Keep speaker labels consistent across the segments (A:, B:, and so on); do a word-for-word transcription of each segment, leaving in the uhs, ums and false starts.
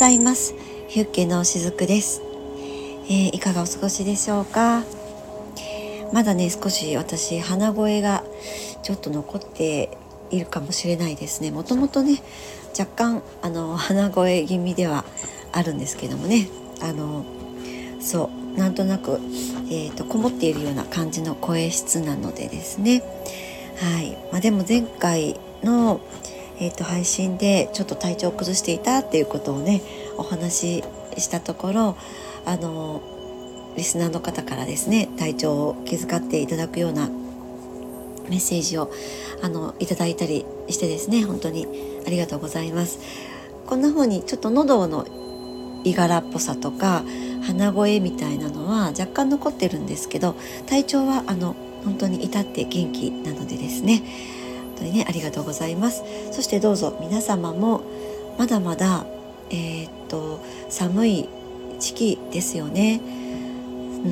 A: ざいます。ヒュッケのしずくです、えー、いかがお過ごしでしょうか。まだね少し私鼻声がちょっと残っているかもしれないですね。もともとね若干あの鼻声気味ではあるんですけどもね、あのそうなんとなく、えーと、こもっているような感じの声質なのでですね、はい、まあ、でも前回の、えーと、配信でちょっと体調を崩していたっていうことをねお話ししたところ、あのリスナーの方からですね体調を気遣っていただくようなメッセージをあのいただいたりしてですね、本当にありがとうございます。こんな風にちょっと喉のいがらっぽさとか鼻声みたいなのは若干残ってるんですけど、体調はあの本当に至って元気なのでですね、本当にねありがとうございます。そしてどうぞ皆様もまだまだえー、っと寒い時期ですよね。うん、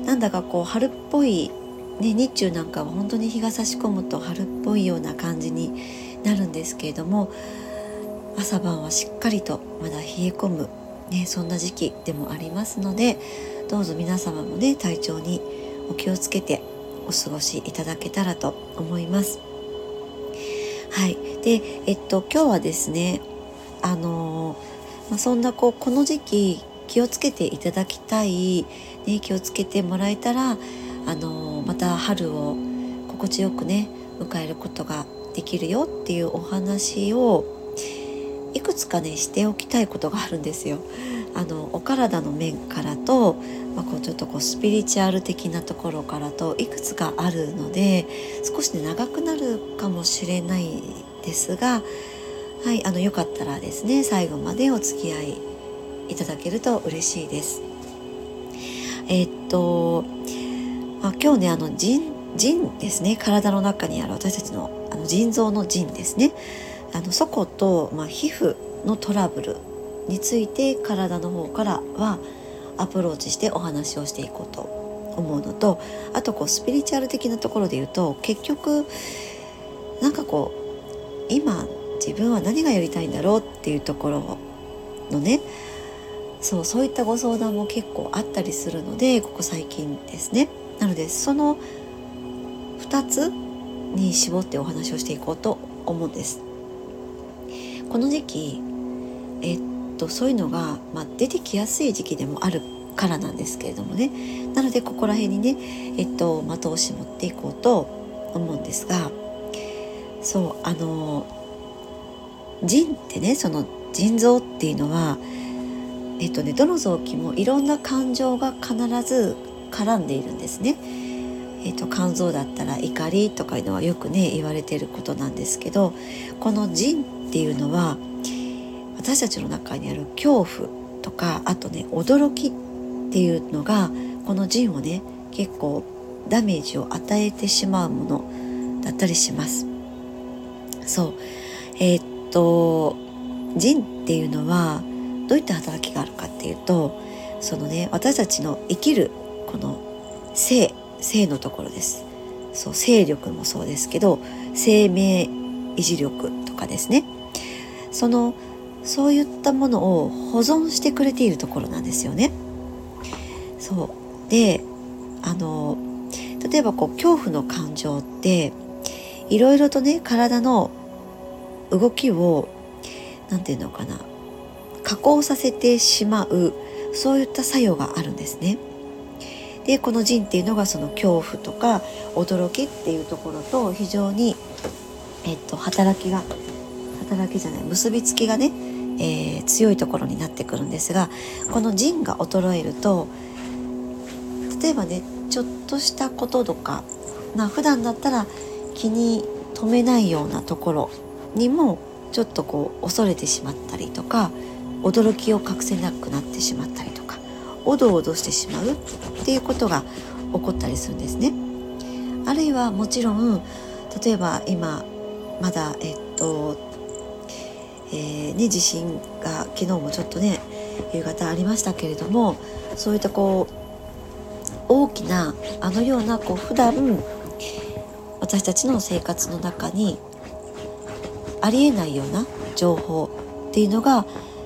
A: なんだかこう春っぽい、ね、日中なんかは本当に日が差し込むと春っぽいような感じになるんですけれども、朝晩はしっかりとまだ冷え込む、ね、そんな時期でもありますので、どうぞ皆様もね体調にお気をつけてお過ごしいただけたらと思います。はい。で、えっと今日はですね、あのーまあ、そんなこうこの時期気をつけていただきたい、ね、気をつけてもらえたら、あのーまた春を心地よくね迎えることができるよっていうお話をいくつかねしておきたいことがあるんですよ。あのお体の面からと、まあ、こうちょっとこうスピリチュアル的なところからといくつかあるので、少しね長くなるかもしれないですが、はい、あのよかったらですね最後までお付き合いいただけると嬉しいです。えーっと、まあ、今日ねあの腎腎ですね、体の中にある私たちのあの腎臓の腎ですね、あのそこと、まあ、皮膚のトラブルについて体の方からはアプローチしてお話をしていこうと思うのと、あとこうスピリチュアル的なところで言うと、結局なんかこう今自分は何がやりたいんだろうっていうところのね、そうそういったご相談も結構あったりするので、ここ最近ですね。なのでそのふたつに絞ってお話をしていこうと思うんです。この時期えっとそういうのが、まあ、出てきやすい時期でもあるからなんですけれどもね。なのでここら辺にねえっと的を絞っていこうと思うんですが、そうあの腎ってね、その腎臓っていうのはえっとねどの臓器もいろんな感情が必ず絡んでいるんですね。えっと肝臓だったら怒りとかいうのはよくね言われていることなんですけど、この腎っていうのは私たちの中にある恐怖とか、あとね驚きっていうのがこの腎をね結構ダメージを与えてしまうものだったりします。そうえーっと腎っていうのはどういった働きがあるかっていうと、そのね私たちの生きるこの生生のところです。そう生力もそうですけど、生命維持力とかですね、そのそういったものを保存してくれているところなんですよね。そうであの例えばこう恐怖の感情っていろいろとね体の動きをなんていうのかな加工させてしまう、そういった作用があるんですね。でこの腎っていうのがその恐怖とか驚きっていうところと非常に、えっと、働きが働きじゃない結びつきがね、えー、強いところになってくるんですが、この腎が衰えると例えばねちょっとしたこととか、まあ、普段だったら気に留めないようなところにもちょっとこう恐れてしまったりとか、驚きを隠せなくなってしまったりとか、おどおどしてしまうっていうことが起こったりするんですね。あるいはもちろん例えば今まだえっと、えーね、地震が昨日もちょっとね夕方ありましたけれども、そういったこう大きなあのようなこう普段私たちの生活の中にありえないような情報っていうのが、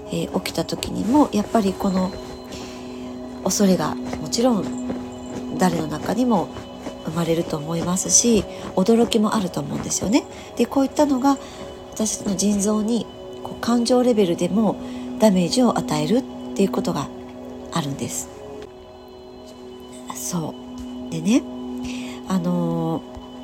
A: えー、起きた時にもやっぱりこの恐れがもちろん誰の中にも生まれると思いますし、驚きもあると思うんですよね。でこういったのが私の腎臓にこう感情レベルでもダメージを与えるっていうことがあるんです。そうでね、あの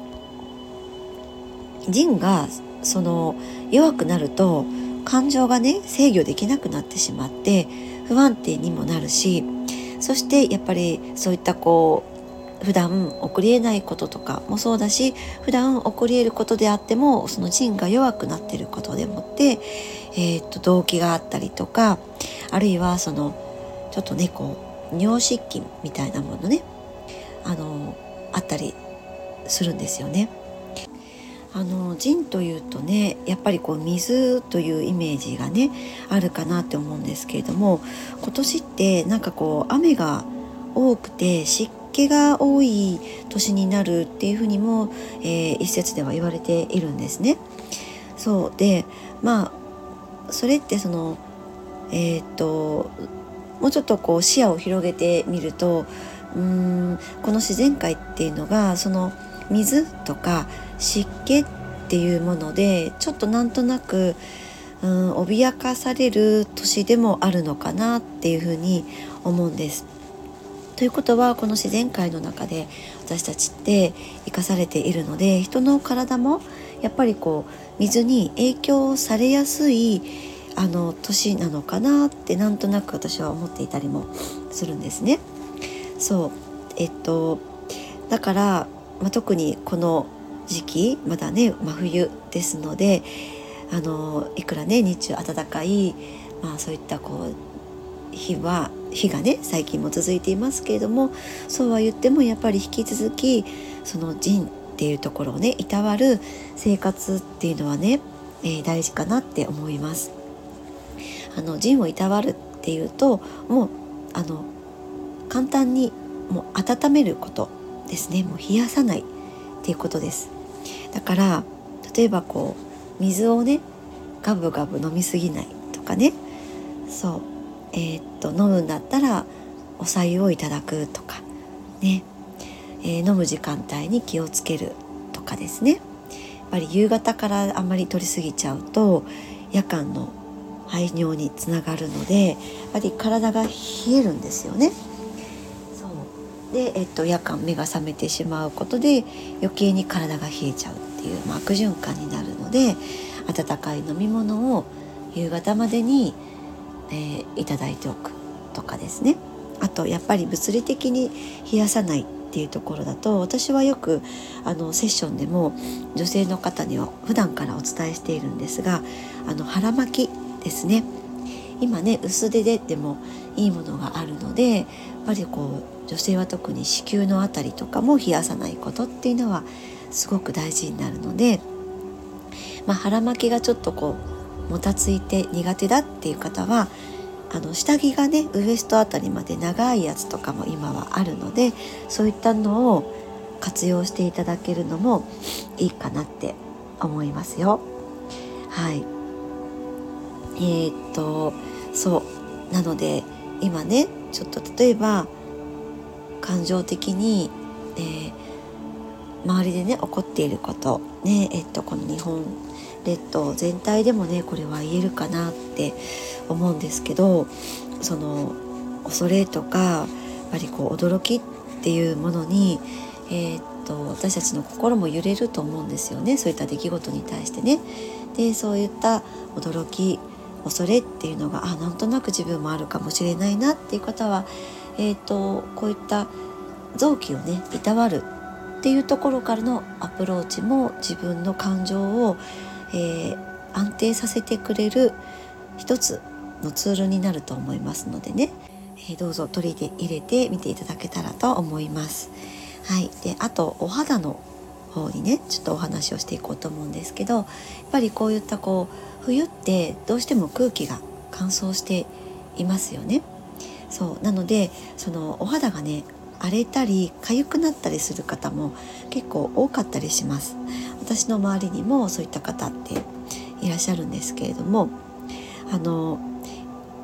A: ー、腎がその弱くなると感情がね制御できなくなってしまって不安定にもなるし、そしてやっぱりそういったこう普段起こり得ないこととかもそうだし、普段起こり得ることであってもその腎が弱くなっていることでもって、えー、っと動悸があったりとか、あるいはそのちょっとねこう尿失禁みたいなものねあのあったりするんですよね。あの腎というとねやっぱりこう水というイメージがねあるかなって思うんですけれども、今年ってなんかこう雨が多くて湿気が多い年になるっていうふうにも、えー、一説では言われているんですね。そうで、まあそれってそのえーっともうちょっとこう視野を広げてみると、うーんこの自然界っていうのがその水とか湿気っていうものでちょっとなんとなくうん脅かされる年でもあるのかなっていうふうに思うんです。ということはこの自然界の中で私たちって生かされているので、人の体もやっぱりこう水に影響されやすいあの年なのかなってなんとなく私は思っていたりもするんですね。そうえっとだから、まあ、特にこの時期まだね真冬ですので、あのいくらね日中暖かい、まあ、そういったこう日は日がね最近も続いていますけれども、そうは言ってもやっぱり引き続きその腎っていうところをねいたわる生活っていうのはね、えー、大事かなって思います。あの腎をいたわるっていうともうあの簡単にもう温めることですね。もう冷やさないっていうことです。だから例えばこう水をねガブガブ飲みすぎないとかね、そうえー、っと飲むんだったらお白湯をいただくとかね、えー、飲む時間帯に気をつけるとかですね。やっぱり夕方からあんまり取りすぎちゃうと夜間の排尿につながるのでやっぱり体が冷えるんですよね。そうで、えっと、夜間目が覚めてしまうことで余計に体が冷えちゃうっていう、まあ、悪循環になるので、温かい飲み物を夕方までに、えー、いただいておくとかですね。あとやっぱり物理的に冷やさないっていうところだと、私はよくあのセッションでも女性の方には普段からお伝えしているんですが、あの腹巻きですね。今ね薄手ででもいいものがあるので、やっぱりこう女性は特に子宮のあたりとかも冷やさないことっていうのはすごく大事になるので、まあ、腹巻きがちょっとこうもたついて苦手だっていう方はあの下着がねウエストあたりまで長いやつとかも今はあるので、そういったのを活用していただけるのもいいかなって思いますよ。はい。えー、っとそうなので今ねちょっと例えば感情的に、えー、周りでね起こっていることね、えっとこの日本列島全体でもねこれは言えるかなって思うんですけど、その恐れとかやっぱりこう驚きっていうものに、えー、っと私たちの心も揺れると思うんですよね。そういった出来事に対してね。でそういった驚き恐れっていうのがあなんとなく自分もあるかもしれないなっていう方は、えー、とこういった臓器をねいたわるっていうところからのアプローチも自分の感情を、えー、安定させてくれる一つのツールになると思いますのでね、えー、どうぞ取り入れてみていただけたらと思います。はい、であとお肌の方にねちょっとお話をしていこうと思うんですけど、やっぱりこういったこう冬ってどうしても空気が乾燥していますよね。そうなのでそのお肌がね荒れたり痒くなったりする方も結構多かったりします。私の周りにもそういった方っていらっしゃるんですけれども、あの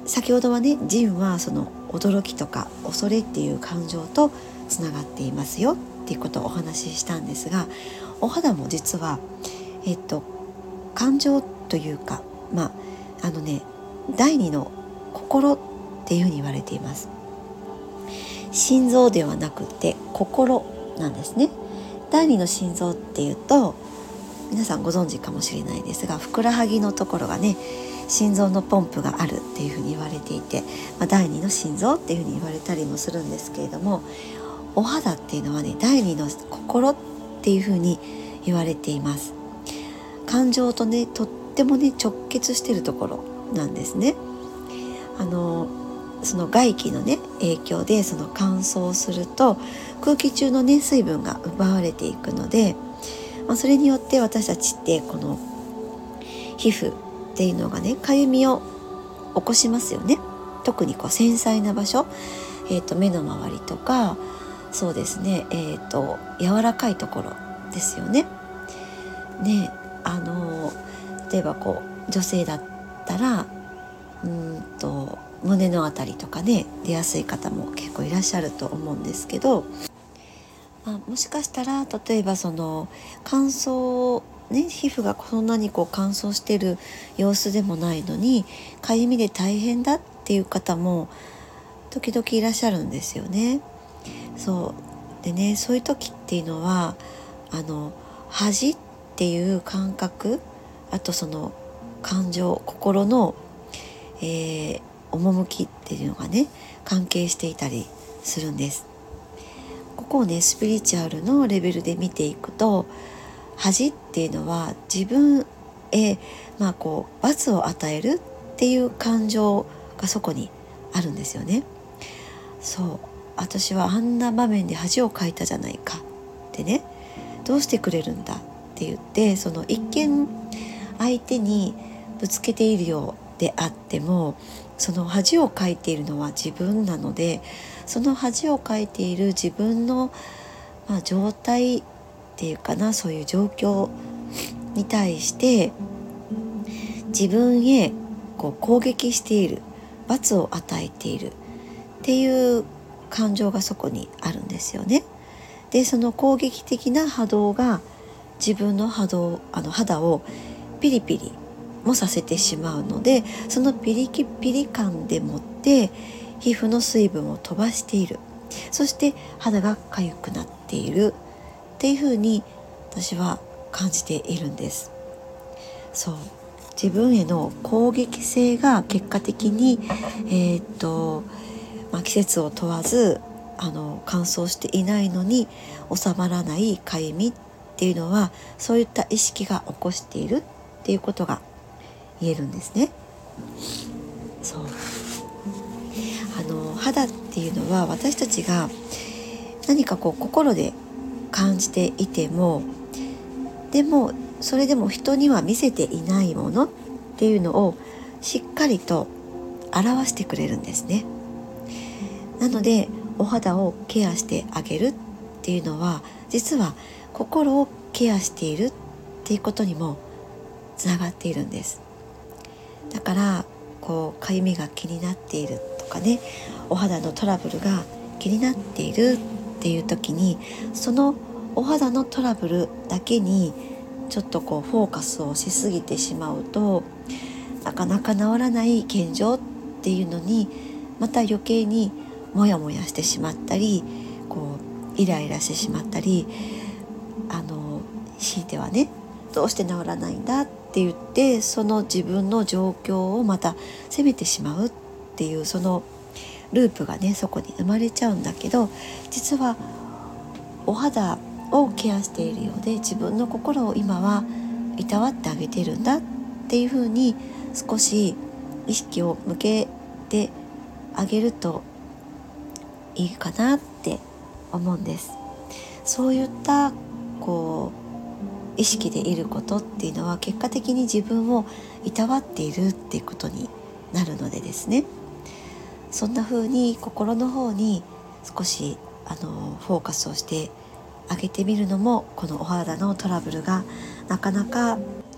A: 先ほどはね、ジンはその驚きとか恐れっていう感情とつながっていますよっていうことをお話ししたんですが、お肌も実はえっと感情というか、まああのね第二の心っていうふうに言われています。心臓ではなくて心なんですね。第二の心臓っていうと皆さんご存知かもしれないですが、ふくらはぎのところがね、心臓のポンプがあるっていうふうに言われていて、まあ、第二の心臓っていうふうに言われたりもするんですけれども、お肌っていうのはね、第二の心っていうふうに言われています。感情とねとってもね直結しているところなんですね。あのその外気のね影響でその乾燥すると空気中のね水分が奪われていくので、まあ、それによって私たちってこの皮膚っていうのがねかゆみを起こしますよね。特にこう繊細な場所、えーと、目の周りとか、そうですね、えーと、柔らかいところですよね。ね、あの例えばこう女性だったらうーんと胸のあたりとかね出やすい方も結構いらっしゃると思うんですけど、まあ、もしかしたら例えばその乾燥ね、皮膚がそんなにこう乾燥している様子でもないのにかゆみで大変だっていう方も時々いらっしゃるんですよね。そうでね、そういう時っていうのはあの恥っていう感覚、あとその感情、心の、えー、趣っていうのがね関係していたりするんです。ここをねスピリチュアルのレベルで見ていくと、恥っていうのは自分へ、まあ、こう罰を与えるっていう感情がそこにあるんですよね。そう、私はあんな場面で恥をかいたじゃないかってね、どうしてくれるんだって言って、その一見相手にぶつけているようであっても、その恥をかいているのは自分なので、その恥をかいている自分の、まあ、状態っていうかな、そういう状況に対して自分へこう攻撃している、罰を与えているっていう感情がそこにあるんですよね。でその攻撃的な波動が自分の波動あの肌をピリピリもさせてしまうので、そのピリピリ感でもって皮膚の水分を飛ばしている、そして肌が痒くなっているっていうふうに私は感じているんです。そう、自分への攻撃性が結果的に、えーっとまあ、季節を問わずあの乾燥していないのに収まらないかゆみっていうのは、そういった意識が起こしているっていうことが言えるんですね。そう、あの肌っていうのは私たちが何かこう心で感じていても、でもそれでも人には見せていないものっていうのをしっかりと表してくれるんですね。なのでお肌をケアしてあげるっていうのは、実は心をケアしているっていうことにもつながっているんです。だからこうかゆみが気になっているとかね、お肌のトラブルが気になっているっていう時に、そのお肌のトラブルだけにちょっとこうフォーカスをしすぎてしまうと、なかなか治らない現状っていうのにまた余計にモヤモヤしてしまったり、こうイライラしてしまったり、あの強いてはね、どうして治らないんだって言ってその自分の状況をまた責めてしまうっていう、そのループがねそこに生まれちゃうんだけど、実はお肌をケアしているようで自分の心を今はいたわってあげてるんだっていうふうに少し意識を向けてあげるといいかなって思うんです。そういったこう意識でいることっていうのは結果的に自分をいたわっているっていうことになるのでですね、そんな風に心の方に少しあのフォーカスをしてあげてみるのも、このお肌のトラブルがなかなか、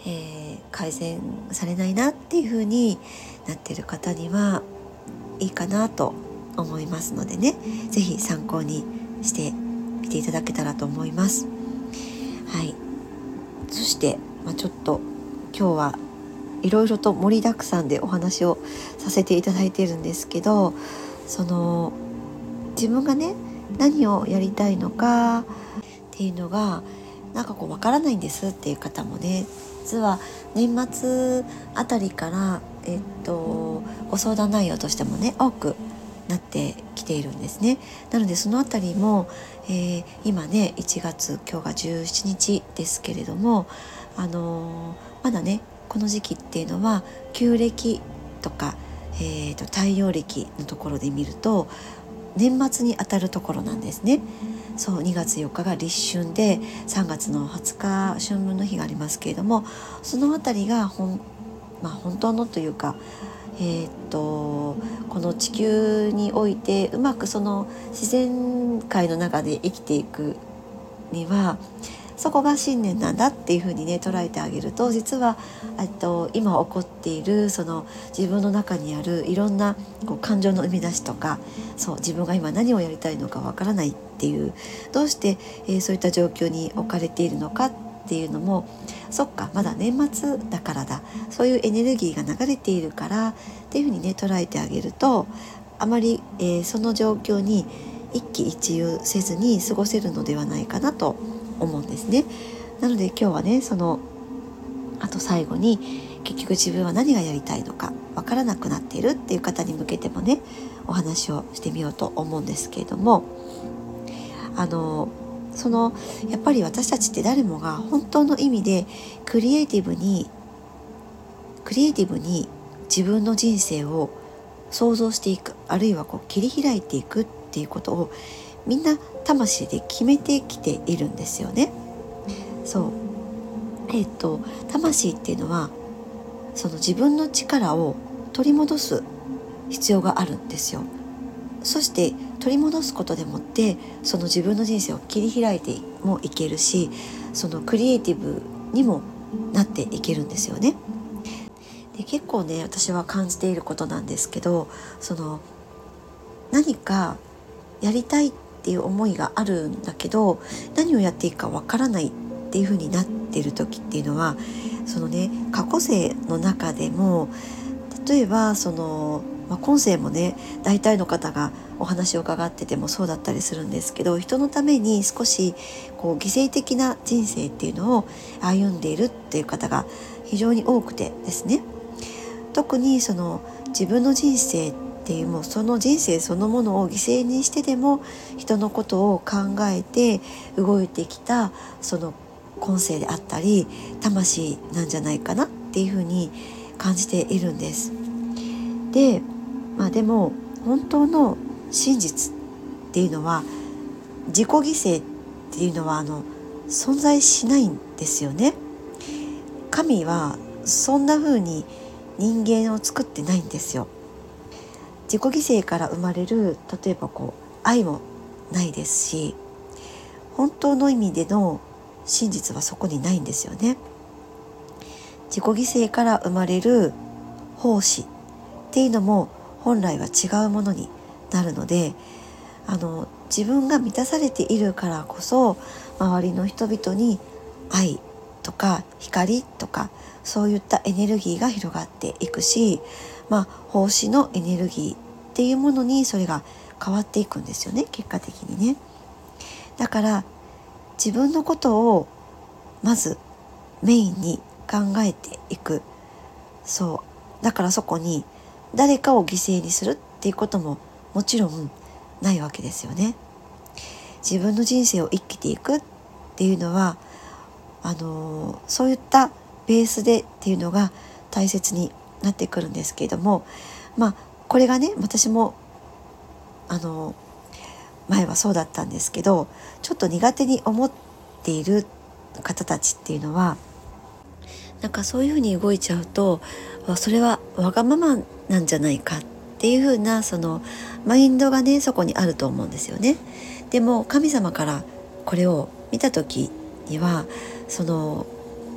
A: えー、改善されないなっていう風になってる方にはいいかなと思いますのでね、ぜひ参考にしてみていただけたらと思います。はい。そして、まあ、ちょっと今日はいろいろと盛りだくさんでお話をさせていただいているんですけど、その自分がね何をやりたいのかっていうのがなんかこうわからないんですっていう方もね、実は年末あたりからえっとご相談内容としてもね多くなってきているんですね。なのでそのあたりも、えー、今ねいちがつ、今日がじゅうしちにちですけれども、あのー、まだねこの時期っていうのは旧暦とか、えー、と太陽暦のところで見ると年末にあたるところなんですね。そうにがつよっかが立春でさんがつのはつか春分の日がありますけれども、そのあたりがほん、まあ、本当のというか、えー、っとこの地球においてうまくその自然界の中で生きていくにはそこが信念なんだっていう風にね捉えてあげると、実はと今起こっているその自分の中にあるいろんなこう感情の生み出しとか、そう自分が今何をやりたいのかわからないっていう、どうして、えー、そういった状況に置かれているのかっていうのも、そっかまだ年末だからだ、そういうエネルギーが流れているからっていう風にね捉えてあげると、あまり、えー、その状況に一喜一憂せずに過ごせるのではないかなと思うんですね。なので今日はねそのあと最後に結局自分は何がやりたいのかわからなくなっているっていう方に向けてもねお話をしてみようと思うんですけれども、あのそのやっぱり私たちって誰もが本当の意味でクリエイティブにクリエイティブに自分の人生を想像していく、あるいはこう切り開いていくっていうことをみんな魂で決めてきているんですよね。そうえっと魂っていうのはその自分の力を取り戻す必要があるんですよ。そして取り戻すことでもってその自分の人生を切り開いてもいけるし、そのクリエイティブにもなっていけるんですよね。で結構ね私は感じていることなんですけど、その何かやりたいっていう思いがあるんだけど何をやっていいかわからないっていう風になっている時っていうのは、そのね過去世の中でも例えばその、まあ、今世もね大体の方がお話を伺っててもそうだったりするんですけど、人のために少しこう犠牲的な人生っていうのを歩んでいるっていう方が非常に多くてですね、特にその自分の人生っていうもうその人生そのものを犠牲にしてでも人のことを考えて動いてきたその今世であったり魂なんじゃないかなっていうふうに感じているんです。で、まあでも本当の真実っていうのは自己犠牲っていうのはあの存在しないんですよね。神はそんな風に人間を作ってないんですよ。自己犠牲から生まれる例えばこう愛もないですし、本当の意味での真実はそこにないんですよね。自己犠牲から生まれる奉仕っていうのも本来は違うものになるので、あの自分が満たされているからこそ周りの人々に愛とか光とかそういったエネルギーが広がっていくし、まあ奉仕のエネルギーっていうものにそれが変わっていくんですよね、結果的にね。だから自分のことをまずメインに考えていく。そうだからそこに誰かを犠牲にするっていうことももちろんないわけですよね。自分の人生を生きていくっていうのはあのー、そういったベースでっていうのが大切になってくるんですけれども、まあこれがね私もあのー、前はそうだったんですけど、ちょっと苦手に思っている方たちっていうのはなんかそういうふうに動いちゃうとそれはわがままなんじゃないかっていうふうなそのマインドがねそこにあると思うんですよね。でも神様からこれを見た時にはその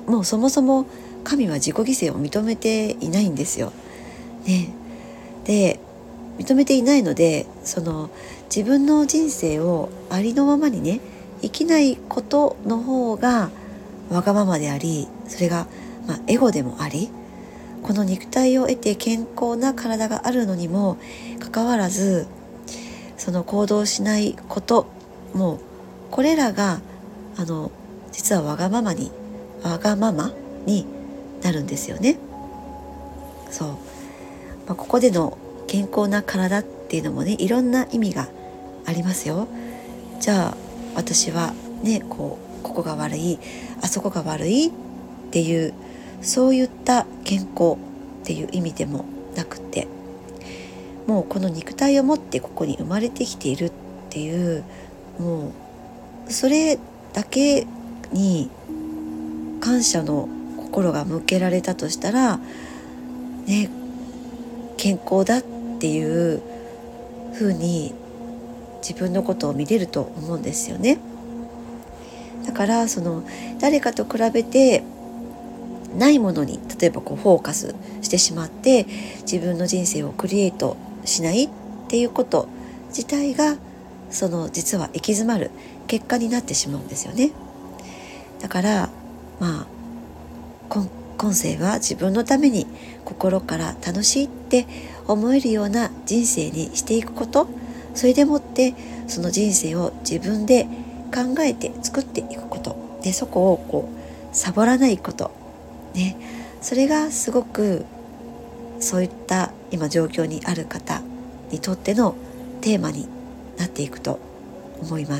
A: もうそもそも神は自己犠牲を認めていないんですよ。ね、で認めていないので、その自分の人生をありのままにね生きないことの方がわがままであり、それが、まあ、エゴでもあり、この肉体を得て健康な体があるのにもかかわらず、その行動しないこと、もうこれらがあの実はわがままにわがままになるんですよね。そう、まあ、ここでの健康な体っていうのもね、いろんな意味がありますよ。じゃあ私はね、こうここが悪い、あそこが悪いっていう、そういった健康っていう意味でもなくて、もうこの肉体を持ってここに生まれてきているっていう、もうそれだけに感謝の心が向けられたとしたらね、健康だっていう風に自分のことを見れると思うんですよね。だからその誰かと比べてないものに例えばこうフォーカスしてしまって自分の人生をクリエイトしないっていうこと自体が、その実は行き詰まる結果になってしまうんですよね。だからまあ今今世は自分のために心から楽しいって思えるような人生にしていくこと、それでもってその人生を自分で考えて作っていくことで、そこをこうサボらないことね、それがすごくそういった今状況にある方にとってのテーマになっていくと思います。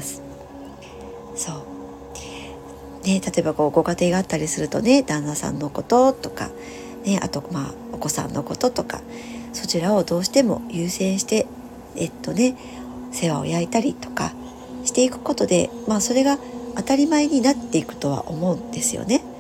A: そうね、例えばこうご家庭があったりするとね、旦那さんのこととか、ね、あとまあお子さんのこととか、そちらをどうしても優先してえっとね世話を焼いたりとかしていくことで、まあそれが当たり前になっていくとは思うんですよね。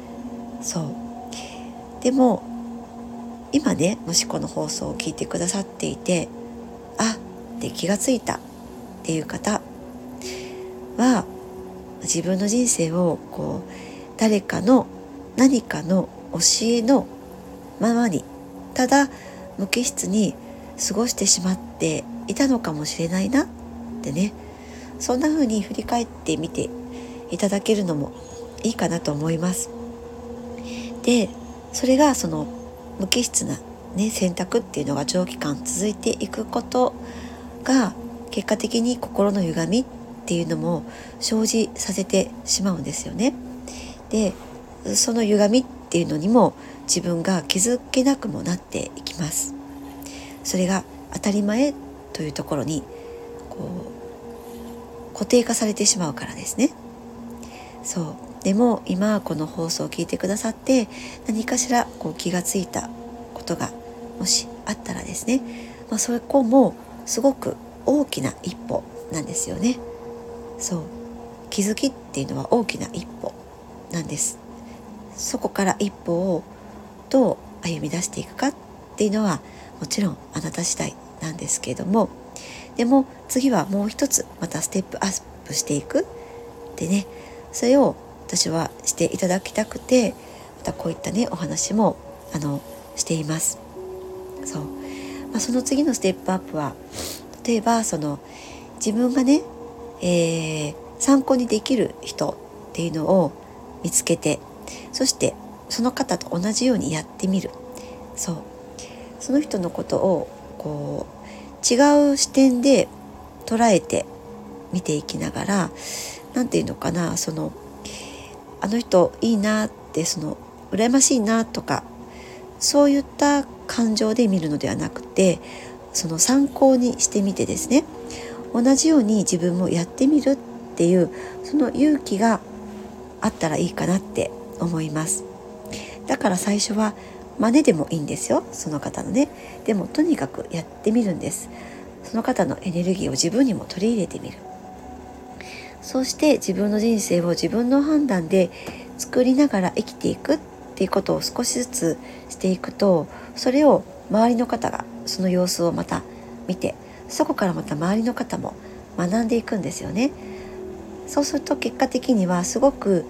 A: そうでも今ね、もしこの放送を聞いてくださっていて、あって気がついたっていう方は、自分の人生をこう誰かの何かの教えのままにただ無機質に過ごしてしまっていたのかもしれないなってね、そんな風に振り返ってみていただけるのもいいかなと思います。で、それがその無機質な、ね、選択っていうのが長期間続いていくことが結果的に心の歪みっていうのも生じさせてしまうんですよね。で、その歪みっていうのにも自分が気づけなくもなっていきます。それが当たり前というところにこう固定化されてしまうからですね。そうでも今この放送を聞いてくださって何かしらこう気がついたことがもしあったらですね、まあ、そこもすごく大きな一歩なんですよね。そう気づきっていうのは大きな一歩なんです。そこから一歩をどう歩み出していくかっていうのはもちろんあなた次第なんですけれども、でも次はもう一つまたステップアップしていくでね、それを私はしていただきたくて、またこういったねお話もあのしています。そう、まあ、その次のステップアップは例えばその自分がね、えー、参考にできる人っていうのを見つけて、そしてその方と同じようにやってみる。そうその人のことをこう違う視点で捉えて見ていきながら、なんていうのかな、そのあの人いいなって、その羨ましいなとかそういった感情で見るのではなくて、その参考にしてみてですね、同じように自分もやってみるっていうその勇気があったらいいかなって思います。だから最初は真似でもいいんですよ、その方のね。でもとにかくやってみるんです。その方のエネルギーを自分にも取り入れてみる。そして自分の人生を自分の判断で作りながら生きていくっていうことを少しずつしていくと、それを周りの方がその様子をまた見て、そこからまた周りの方も学んでいくんですよね。そうすると結果的にはすごく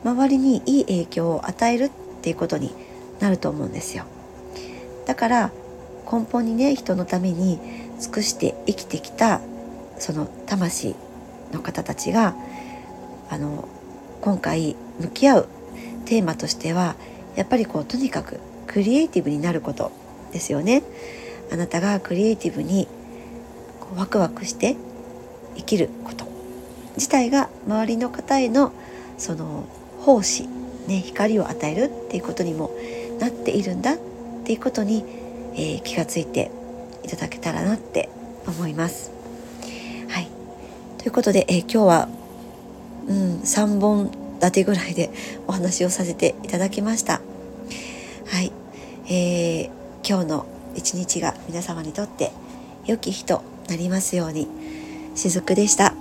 A: 周りにいい影響を与えるっていうことになると思うんですよ。だから根本にね、人のために尽くして生きてきたその魂の方たちがあの今回向き合うテーマとしては、やっぱりこうとにかくクリエイティブになることですよね。あなたがクリエイティブにこうワクワクして生きること自体が周りの方へのその奉仕、ね、光を与えるっていうことにもなっているんだっていうことに、えー、気がついていただけたらなって思います。はい、ということで、えー、今日は、うん、さんぼん立てぐらいでお話をさせていただきました。はい、えー、今日の一日が皆様にとって良き日となりますように。しずくでした。